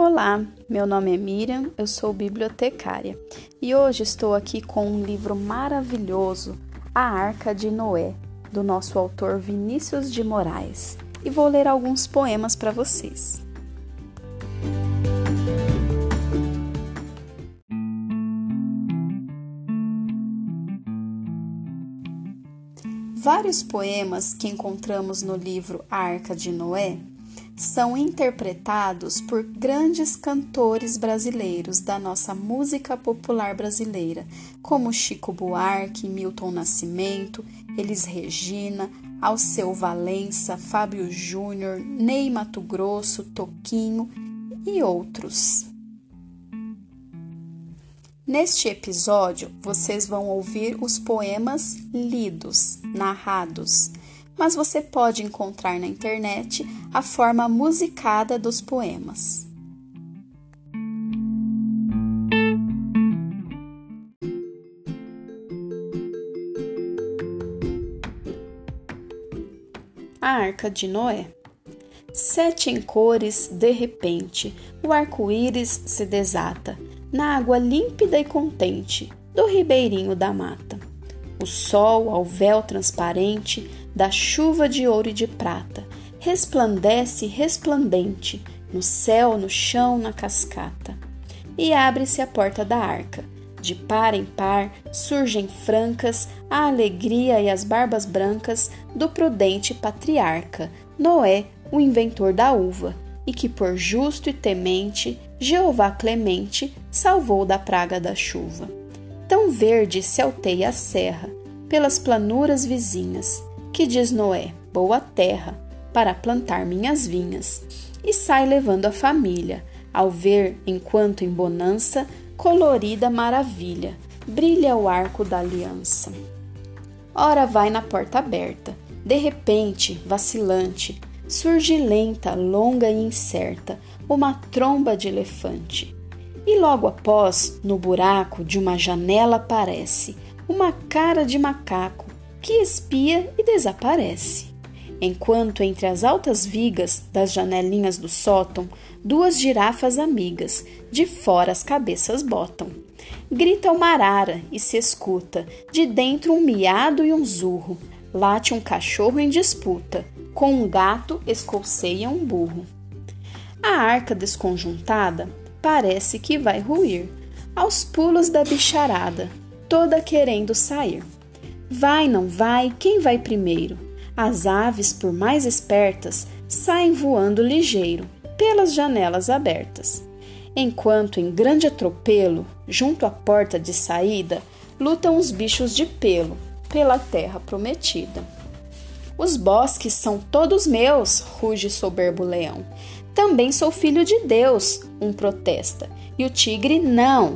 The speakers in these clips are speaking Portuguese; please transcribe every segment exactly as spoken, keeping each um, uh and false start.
Olá, meu nome é Miriam, eu sou bibliotecária e hoje estou aqui com um livro maravilhoso, A Arca de Noé, do nosso autor Vinícius de Moraes, e vou ler alguns poemas para vocês. Vários poemas que encontramos no livro A Arca de Noé são interpretados por grandes cantores brasileiros da nossa música popular brasileira, como Chico Buarque, Milton Nascimento, Elis Regina, Alceu Valença, Fábio Júnior, Ney Matogrosso, Toquinho e outros. Neste episódio, vocês vão ouvir os poemas lidos, narrados, mas você pode encontrar na internet a forma musicada dos poemas. A Arca de Noé. Sete em cores, de repente, o arco-íris se desata na água límpida e contente do ribeirinho da mata. O sol, ao véu transparente da chuva de ouro e de prata, resplandece resplandente no céu, no chão, na cascata. E abre-se a porta da arca. De par em par surgem francas a alegria e as barbas brancas do prudente patriarca, Noé, o inventor da uva, e que por justo e temente, Jeová clemente, salvou da praga da chuva. Tão verde se alteia a serra, pelas planuras vizinhas, que diz Noé, boa terra, para plantar minhas vinhas, e sai levando a família, ao ver, enquanto em bonança, colorida maravilha, brilha o arco da aliança. Ora vai na porta aberta, de repente, vacilante, surge lenta, longa e incerta, uma tromba de elefante. E logo após, no buraco de uma janela aparece uma cara de macaco que espia e desaparece. Enquanto entre as altas vigas das janelinhas do sótão, duas girafas amigas de fora as cabeças botam. Grita uma arara e se escuta de dentro um miado e um zurro. Late um cachorro em disputa, com um gato escolceia um burro. A arca desconjuntada parece que vai ruir, aos pulos da bicharada, toda querendo sair. Vai, não vai, quem vai primeiro? As aves, por mais espertas, saem voando ligeiro, pelas janelas abertas. Enquanto em grande atropelo, junto à porta de saída, lutam os bichos de pelo, pela terra prometida. Os bosques são todos meus, ruge soberbo leão. Também sou filho de Deus, um protesta, e o tigre não.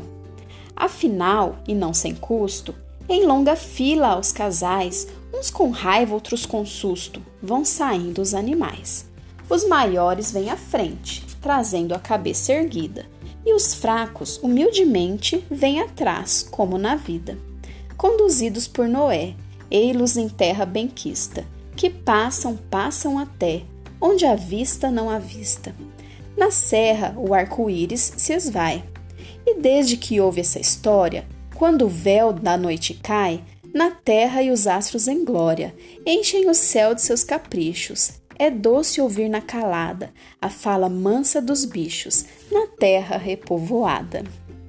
Afinal, e não sem custo, em longa fila aos casais, uns com raiva, outros com susto, vão saindo os animais. Os maiores vêm à frente, trazendo a cabeça erguida, e os fracos, humildemente, vêm atrás, como na vida. Conduzidos por Noé, ei-los em terra benquista, que passam, passam até, onde a vista não há vista. Na serra, o arco-íris se esvai. E desde que houve essa história, quando o véu da noite cai, na terra e os astros em glória, enchem o céu de seus caprichos. É doce ouvir na calada a fala mansa dos bichos, na terra repovoada.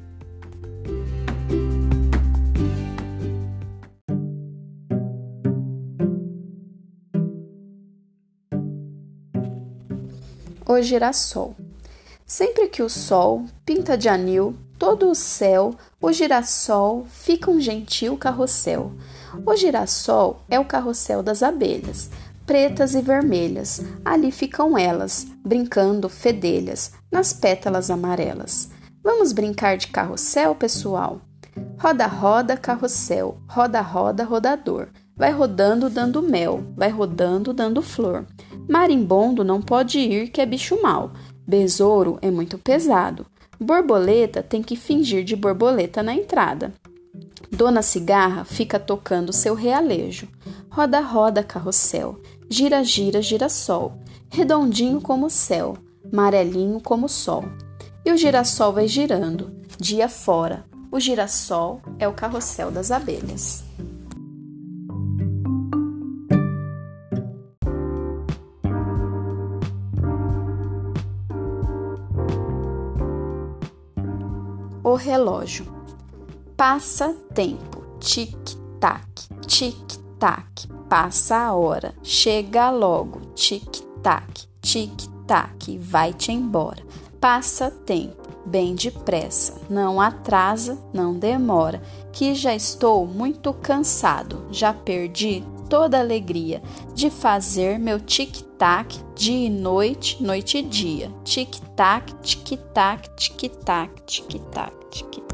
O girassol. Sempre que o sol pinta de anil todo o céu, o girassol fica um gentil carrossel. O girassol é o carrossel das abelhas, pretas e vermelhas. Ali ficam elas, brincando fedelhas, nas pétalas amarelas. Vamos brincar de carrossel, pessoal? Roda, roda, carrossel, roda, roda, rodador. Vai rodando dando mel, vai rodando dando flor. Marimbondo não pode ir que é bicho mau. Besouro é muito pesado. Borboleta tem que fingir de borboleta na entrada. Dona Cigarra fica tocando seu realejo. Roda, roda, carrossel. Gira, gira, girassol. Redondinho como o céu. Amarelinho como o sol. e o girassol vai girando, dia fora. O girassol é o carrossel das abelhas. O relógio. Passa tempo, tic-tac, tic-tac, passa a hora, chega logo, tic-tac, tic-tac, vai-te embora. Passa tempo, bem depressa, não atrasa, não demora, que já estou muito cansado, já perdi toda a alegria de fazer meu tic-tac dia e noite, noite e dia. Tic-tac, tic-tac, tic-tac, tic-tac, tic-tac.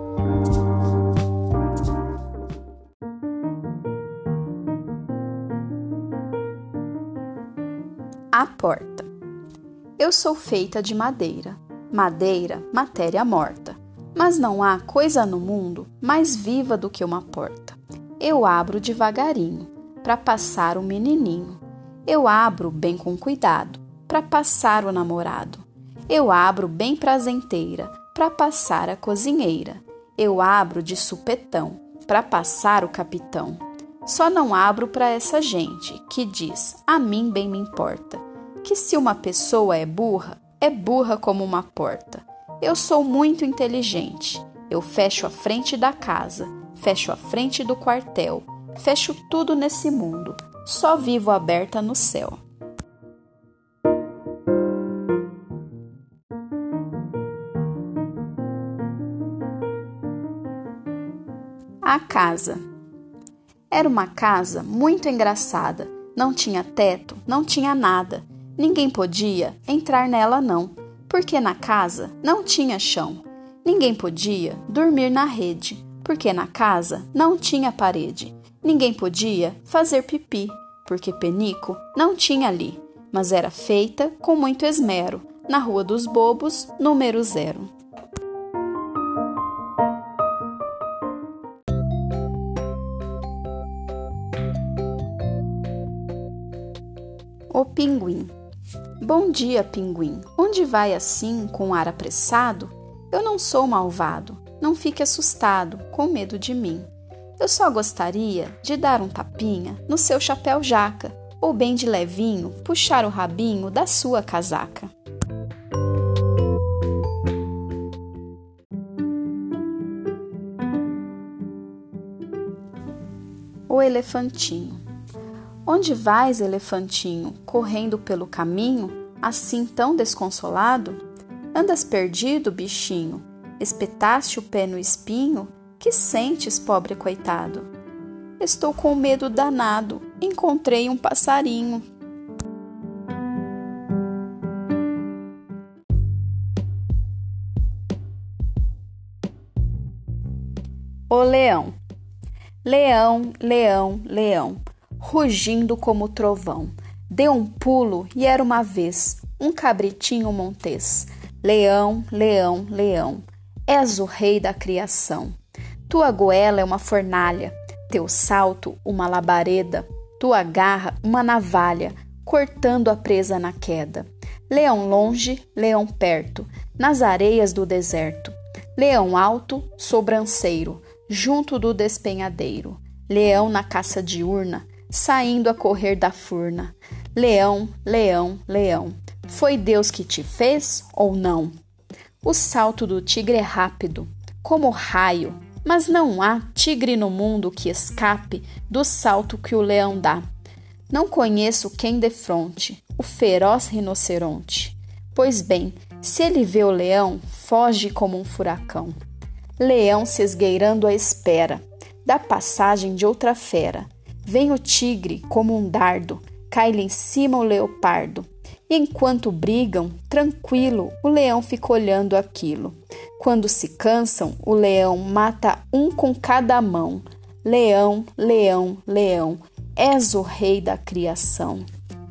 A porta. Eu sou feita de madeira, madeira, matéria morta, mas não há coisa no mundo mais viva do que uma porta. Eu abro devagarinho, para passar o menininho. Eu abro bem com cuidado, para passar o namorado. Eu abro bem prazenteira, para passar a cozinheira. Eu abro de supetão, para passar o capitão. Só não abro para essa gente que diz, a mim bem me importa, que se uma pessoa é burra, é burra como uma porta. Eu sou muito inteligente. Eu fecho a frente da casa, fecho a frente do quartel, fecho tudo nesse mundo, só vivo aberta no céu. A casa. Era uma casa muito engraçada, não tinha teto, não tinha nada. Ninguém podia entrar nela não, porque na casa não tinha chão. Ninguém podia dormir na rede, porque na casa não tinha parede. Ninguém podia fazer pipi, porque penico não tinha ali, mas era feita com muito esmero, na Rua dos Bobos, número zero. O pinguim. Bom dia, pinguim. Onde vai assim, com ar apressado? Eu não sou malvado, não fique assustado, com medo de mim. Eu só gostaria de dar um tapinha no seu chapéu jaca, ou bem de levinho puxar o rabinho da sua casaca. O elefantinho. Onde vais, elefantinho, correndo pelo caminho, assim tão desconsolado? Andas perdido, bichinho, espetaste o pé no espinho, que sentes, pobre coitado? Estou com medo danado, encontrei um passarinho. O leão. Leão, leão, leão, rugindo como trovão, deu um pulo e era uma vez um cabritinho montês. Leão, leão, leão, és o rei da criação. Tua goela é uma fornalha, teu salto uma labareda, tua garra uma navalha, cortando a presa na queda. Leão longe, leão perto, nas areias do deserto. Leão alto, sobranceiro, junto do despenhadeiro. Leão na caça diurna, saindo a correr da furna. Leão, leão, leão, foi Deus que te fez ou não? O salto do tigre é rápido, como raio, mas não há tigre no mundo que escape do salto que o leão dá. Não conheço quem defronte o feroz rinoceronte. Pois bem, se ele vê o leão, foge como um furacão. Leão se esgueirando à espera da passagem de outra fera. Vem o tigre como um dardo, cai-lhe em cima o leopardo. E enquanto brigam, tranquilo, o leão fica olhando aquilo. Quando se cansam, o leão mata um com cada mão. Leão, leão, leão, és o rei da criação.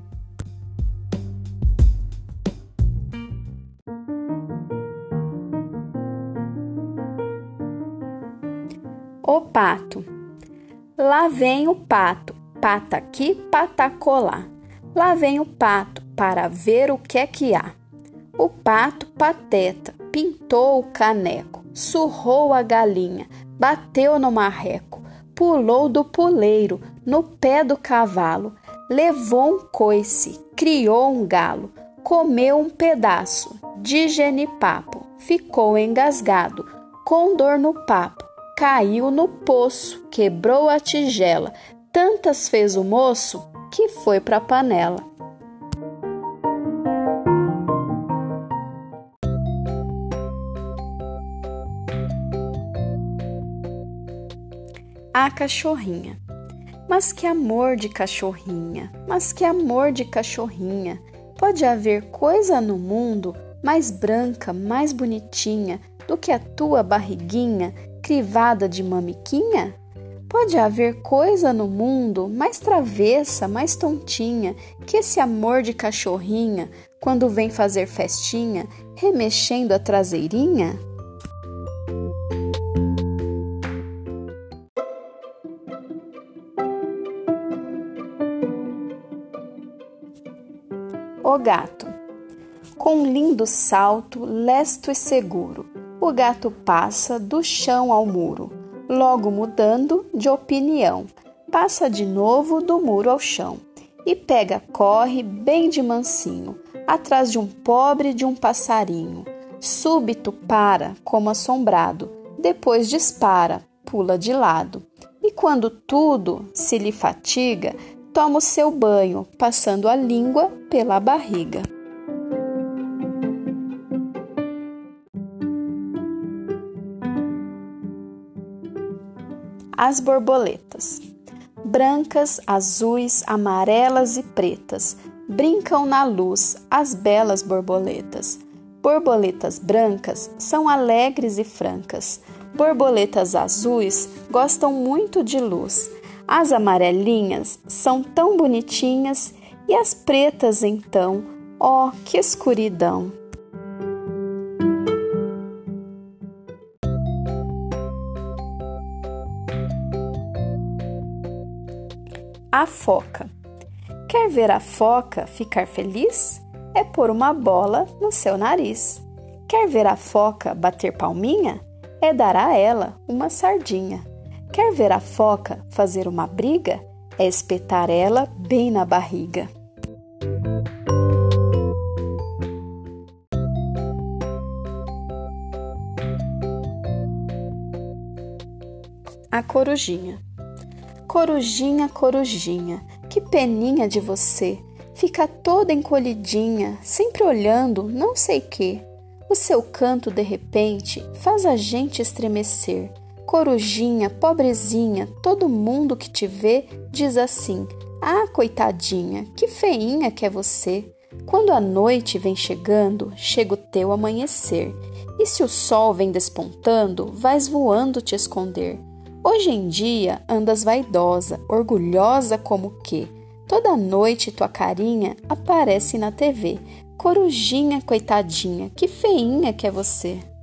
O pato. Lá vem o pato, pata aqui, pata colar. Lá vem o pato para ver o que é que há. O pato pateta, pintou o caneco, surrou a galinha, bateu no marreco, pulou do puleiro, no pé do cavalo, levou um coice, criou um galo, comeu um pedaço de genipapo, ficou engasgado, com dor no papo, caiu no poço, quebrou a tigela, tantas fez o moço que foi pra panela. A cachorrinha. Mas que amor de cachorrinha, mas que amor de cachorrinha. Pode haver coisa no mundo mais branca, mais bonitinha do que a tua barriguinha crivada de mamiquinha? Pode haver coisa no mundo mais travessa, mais tontinha que esse amor de cachorrinha quando vem fazer festinha, remexendo a traseirinha? O gato. Com um lindo salto, lesto e seguro, o gato passa do chão ao muro, logo mudando de opinião, passa de novo do muro ao chão, e pega, corre bem de mansinho, atrás de um pobre de um passarinho. Súbito para, como assombrado, depois dispara, pula de lado, e quando tudo se lhe fatiga, toma o seu banho, passando a língua pela barriga. As borboletas. Brancas, azuis, amarelas e pretas, brincam na luz as belas borboletas. Borboletas brancas são alegres e francas. Borboletas azuis gostam muito de luz. As amarelinhas são tão bonitinhas e as pretas então, ó, que escuridão! A foca. Quer ver a foca ficar feliz? É pôr uma bola no seu nariz. Quer ver a foca bater palminha? É dar a ela uma sardinha. Quer ver a foca fazer uma briga? É espetar ela bem na barriga. A corujinha. Corujinha, corujinha, que peninha de você, fica toda encolhidinha, sempre olhando não sei quê. O seu canto de repente faz a gente estremecer. Corujinha, pobrezinha, todo mundo que te vê diz assim: ah, coitadinha, que feinha que é você. Quando a noite vem chegando, chega o teu amanhecer. E se o sol vem despontando, vais voando te esconder. Hoje em dia andas vaidosa, orgulhosa como que toda noite tua carinha aparece na tê vê. Corujinha, coitadinha, que feinha que é você.